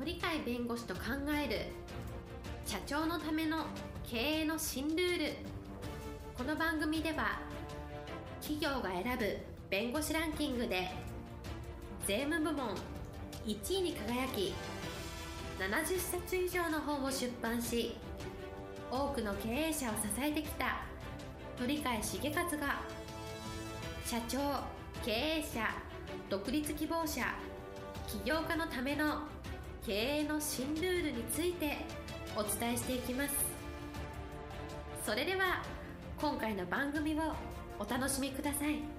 鳥飼弁護士と考える社長のための経営の新ルール。この番組では企業が選ぶ弁護士ランキングで税務部門1位に輝き、70冊以上の本を出版し、多くの経営者を支えてきた鳥飼茂勝が、社長、経営者、独立希望者、起業家のための経営の新ルールについてお伝えしていきます。それでは今回の番組をお楽しみください。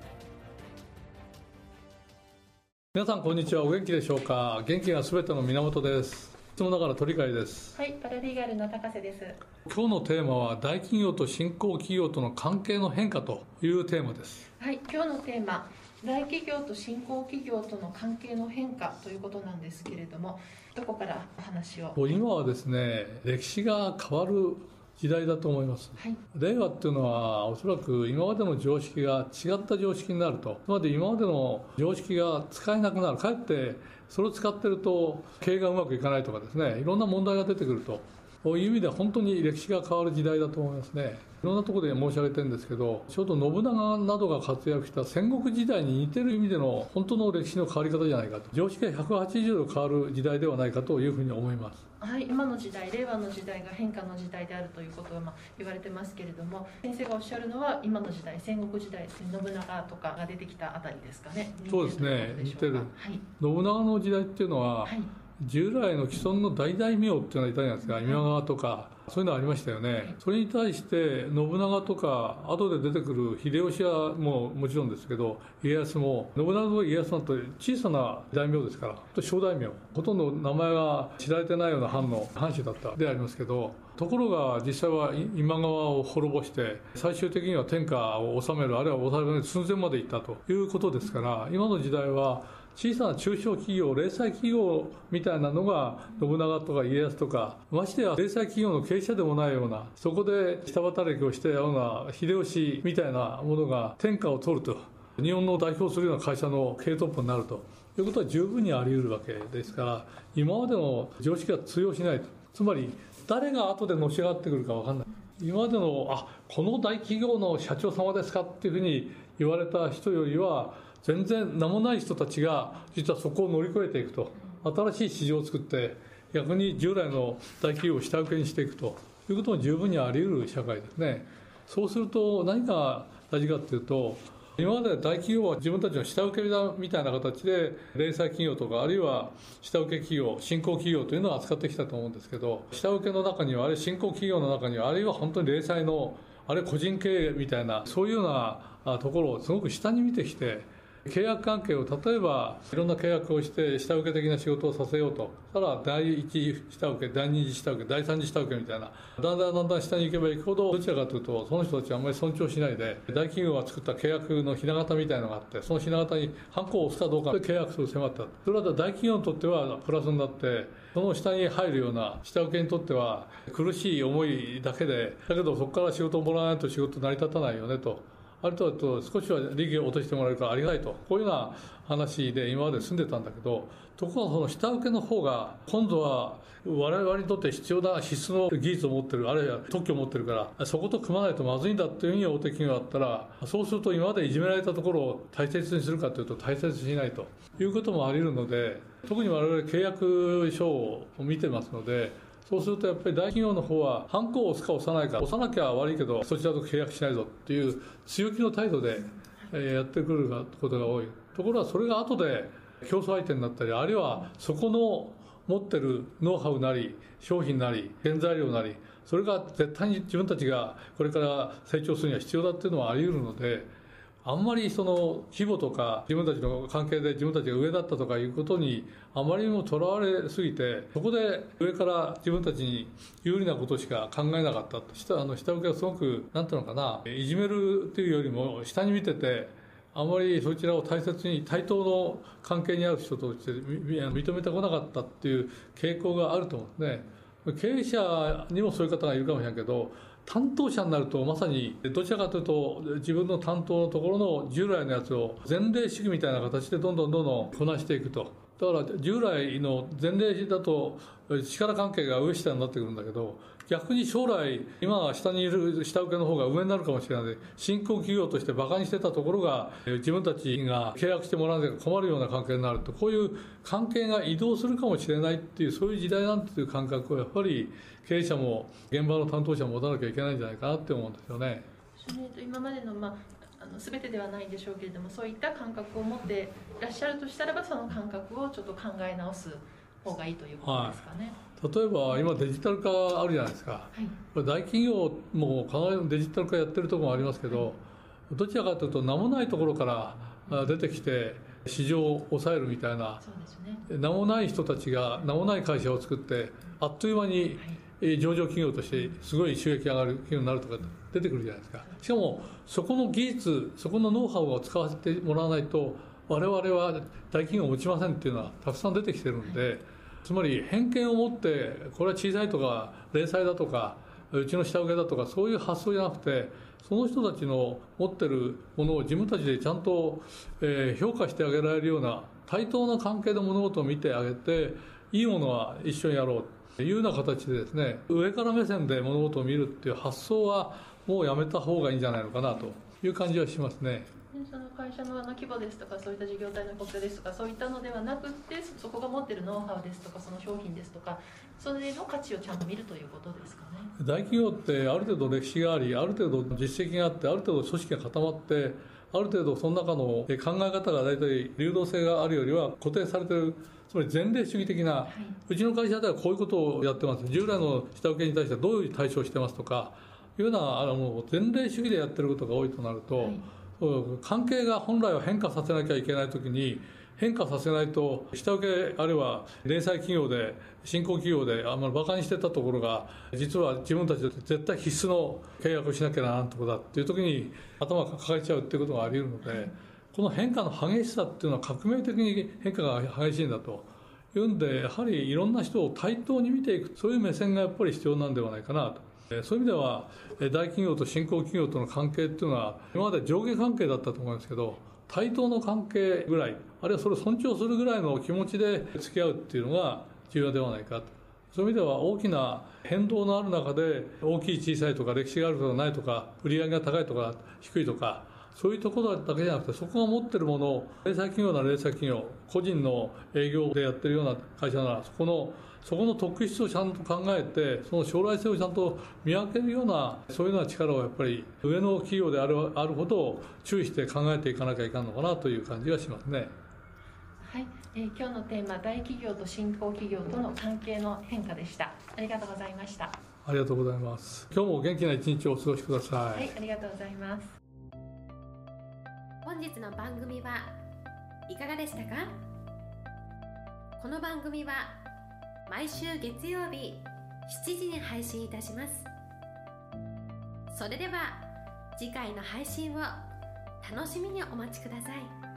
皆さんこんにちは。お元気でしょうか。元気がすべての源です。いつもながら鳥飼です。 はい、パラリーガルの高瀬です。 今日のテーマは大企業と新興企業との関係の変化というテーマです。 はい、今日のテーマ、大企業と新興企業との関係の変化ということなんですけれども、どこからお話を。 今はですね、歴史が変わる時代だと思います、 はい、 令和っていうのはおそらく今までの常識が違った常識になると。つまり今までの常識が使えなくなる、かえってそれを使ってると経営がうまくいかないとかですね、いろんな問題が出てくるという意味では本当に歴史が変わる時代だと思いますね。いろんなところで申し上げてるんですけど、ちょうど信長などが活躍した戦国時代に似てる意味での本当の歴史の変わり方じゃないかと、常識が180度変わる時代ではないかというふうに思います。 はい、今の時代、令和の時代が変化の時代であるということが言われてますけれども、先生がおっしゃるのは今の時代、戦国時代、信長とかが出てきたあたりですかね。 そうですね、似てる、 はい、 信長の時代っていうのは、 はい、 従来の既存の大大名っていうのがいたじゃないですか、今川とかそういうのありましたよね、はい、それに対して信長とか後で出てくる秀吉はもちろんですけど、家康も、信長と家康なんて小さな大名ですから、小大名、ほとんど名前が知られてないような藩主だったでありますけど、ところが実際は今川を滅ぼして最終的には天下を治める、あるいは治める寸前までいったということですから、今の時代は小さな中小企業、零細企業みたいなのが信長とか家康とか、ましてや零細企業の経営者でもないような、そこで下働きをしたような秀吉みたいなものが天下を取ると、日本の代表するような会社の経営トップになるということは十分にあり得るわけですから、今までの常識が通用しないと。つまり誰が後でのし上がってくるか分かんない。今までのこの大企業の社長様ですかっていうふうに言われた人よりは、全然名もない人たちが実はそこを乗り越えていくと、新しい市場を作って逆に従来の大企業を下請けにしていくということも十分にあり得る社会ですね。そうすると何が大事かというと、今まで大企業は自分たちの下請けみたいな形で零細企業とか、あるいは下請け企業、新興企業というのを扱ってきたと思うんですけど、下請けの中には、あるいは新興企業の中には、あるいは本当に零細の、あるいは個人経営みたいな、そういうようなところをすごく下に見てきて、契約関係を例えばいろんな契約をして下請け的な仕事をさせようと、ただ第一次下請け、第二次下請け、第三次下請けみたいな、だんだん下に行けば行くほど、どちらかというとその人たちはあんまり尊重しないで、大企業が作った契約のひな形みたいなのがあって、そのひな形にハンコを押すかどうかで契約する迫った。それは大企業にとってはプラスになって、その下に入るような下請けにとっては苦しい思いだけで、だけどそこから仕事をもらわないと仕事成り立たないよねと。ある程度少しは利益を落としてもらえるからありがたいと、こういうような話で今まで住んでたんだけど、ところがその下請けの方が今度は我々にとって必要な必須の技術を持ってる、あるいは特許を持ってるから、そこと組まないとまずいんだっていうふうに大手企業があったら、そうすると今までいじめられたところを大切にするかというと大切にしないということもあり得るので、特に我々契約書を見てますので、そうするとやっぱり大企業の方はハンコを押すか押さないか、押さなきゃ悪いけどそちらと契約しないぞっていう強気の態度でやってくることが多い。ところがそれが後で競争相手になったり、あるいはそこの持ってるノウハウなり商品なり原材料なり、それが絶対に自分たちがこれから成長するには必要だっていうのはあり得るので、あんまりその規模とか自分たちの関係で自分たちが上だったとかいうことにあまりにもとらわれすぎて、そこで上から自分たちに有利なことしか考えなかった。下請けはすごくなんていうのかな、いじめるっていうよりも下に見てて、あまりそちらを大切に対等の関係にある人として認めてこなかったっていう傾向があると思うんですね。経営者にもそういう方がいるかもしれないけど、担当者になるとまさにどちらかというと自分の担当のところの従来のやつを前例主義みたいな形でどんどんこなしていくと。 だから従来の前例だと力関係が上下になってくるんだけど、逆に将来今は下にいる下請けの方が上になるかもしれない。新興企業としてバカにしてたところが自分たちが契約してもらわないと困るような関係になると、こういう関係が移動するかもしれないっていう、そういう時代なんていう感覚をやっぱり経営者も現場の担当者も持たなきゃいけないんじゃないかなって思うんですよね。 今までの、全てではないんでしょうけれども、そういった感覚を持っていらっしゃるとしたらば、その感覚をちょっと考え直す方がいいということですかね。 例えば今デジタル化あるじゃないですか、これ大企業も必ずデジタル化やってるところもありますけど、どちらかというと名もないところから出てきて市場を抑えるみたいな、 そうですね、 名もない人たちが名もない会社を作ってあっという間に上場企業としてすごい収益上がる企業になるとか出てくるじゃないですか。しかもそこの技術、そこのノウハウを使わせてもらわないと我々は大企業を持ちませんっていうのはたくさん出てきてるんで、つまり偏見を持ってこれは小さいとか零細だとかうちの下請けだとかそういう発想じゃなくて、その人たちの持ってるものを自分たちでちゃんと評価してあげられるような対等な関係で物事を見てあげて、いいものは一緒にやろうというような形でですね、上から目線で物事を見るっていう発想はもうやめた方がいいんじゃないのかなという感じはしますね。 その会社の規模ですとか、そういった事業体の構成ですとか、そういったのではなくて、そこが持っているノウハウですとか、その商品ですとか、それの価値をちゃんと見るということですかね。 大企業ってある程度歴史があり、ある程度実績があって、ある程度組織が固まって、ある程度その中の考え方が大体流動性があるよりは固定されている、つまり前例主義的な、うちの会社ではこういうことをやってます、従来の下請けに対してはどういう対処をしてますとかいうような前例主義でやってることが多いとなると、関係が本来は変化させなきゃいけないときに変化させないと、下請けあるいは零細企業で新興企業であんまりバカにしてたところが、実は自分たちで絶対必須の契約をしなきゃならんところだっていう時に頭が抱えちゃうっていうことがあり得るので、この変化の激しさっていうのは革命的に変化が激しいんだというんで、やはりいろんな人を対等に見ていく、そういう目線がやっぱり必要なんではないかなと。そういう意味では大企業と新興企業との関係っていうのは今まで上下関係だったと思うんですけど、対等の関係ぐらい、あるいはそれを尊重するぐらいの気持ちで付き合うっていうのが重要ではないかと。そういう意味では大きな変動のある中で、大きい小さいとか歴史があるとかないとか、売り上げが高いとか低いとか、そういうところだけじゃなくて、そこが持ってるものを零細企業なら零細企業、個人の営業でやってるような会社ならそこの特質をちゃんと考えて、その将来性をちゃんと見分けるような、そういうような力をやっぱり上の企業であるほど注意して考えていかなきゃいかんのかなという感じがしますね。 はい、今日のテーマ、大企業と新興企業との関係の変化でした。ありがとうございました。 ありがとうございます。今日も元気な一日をお過ごしください。 はい、ありがとうございます。 本日の番組はいかがでしたか？この番組は毎週月曜日7時に配信いたします。それでは次回の配信を楽しみにお待ちください。